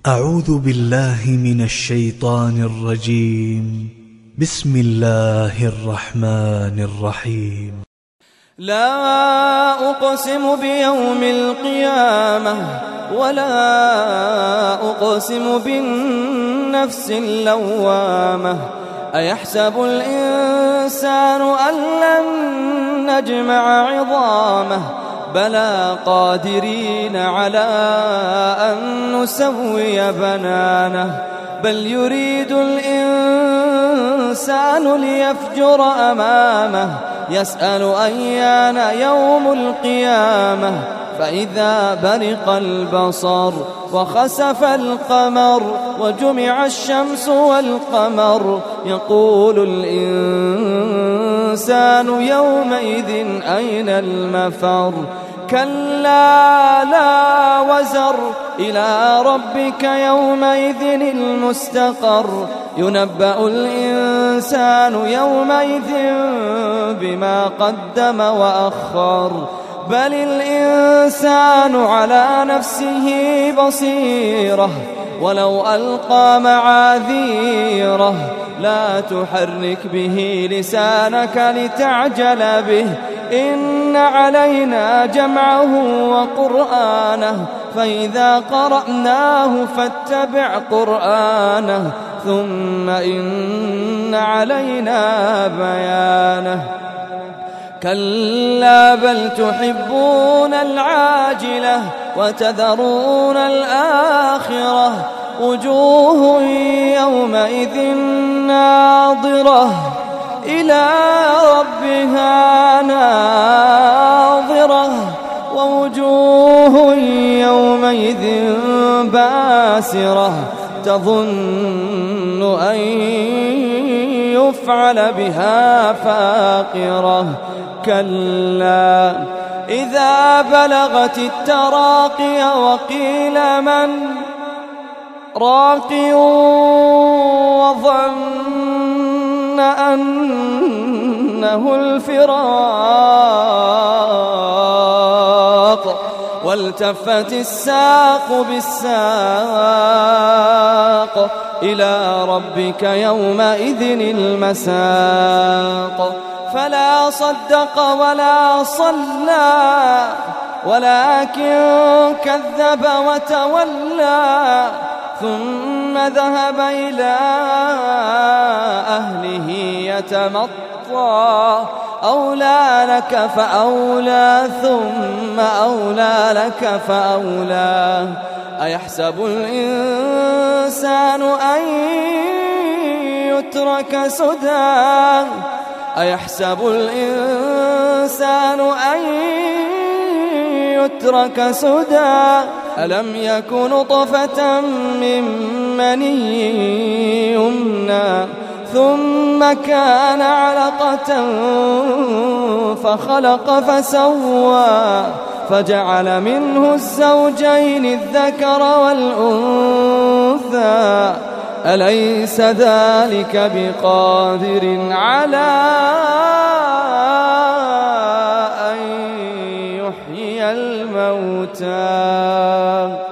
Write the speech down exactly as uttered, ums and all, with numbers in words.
أعوذ بالله من الشيطان الرجيم. بسم الله الرحمن الرحيم. لا أقسم بيوم القيامة ولا أقسم بالنفس اللوامة. أيحسب الإنسان أن لن نجمع عظامه بلى قادرين على أن نسوي بنانه بل يريد الإنسان ليفجر أمامه يسأل أيان يوم القيامة فإذا برق البصر وخسف القمر وجمع الشمس والقمر يقول الإنسان يومئذ أين المفر كلا لا وزر إلى ربك يومئذ المستقر ينبأ الإنسان يومئذ بما قدم وأخر بل الإنسان على نفسه بصيرة ولو ألقى معاذيره لا تحرك به لسانك لتعجل به إن علينا جمعه وقرآنه فإذا قرأناه فاتبع قرآنه ثم إن علينا بيانه كلا بل تحبون العاجلة وتذرون الآخرة وجوه يومئذ ناظرة إلى ربها ناظرة ووجوه يومئذ باسرة تظن أن يفعل بها فاقرة كلا إذا بلغت التراقي وقيل من راق وظن أنه الفراق والتفت الساق بالساق إلى ربك يومئذ المساق فلا صدق ولا صلى ولكن كذب وتولى ثم ذهب إلى أهله يتمطى أولى لك فأولى ثم أولى لك فأولى أيحسب الإنسان أن يترك سدى أيحسب الإنسان أن يترك سدى ألم يكن نطفة من مني يمنى ثم كان علقة فخلق فسوى فجعل منه الزوجين الذكر والأنثى أليس ذلك بقادر على أن يحيي الموتى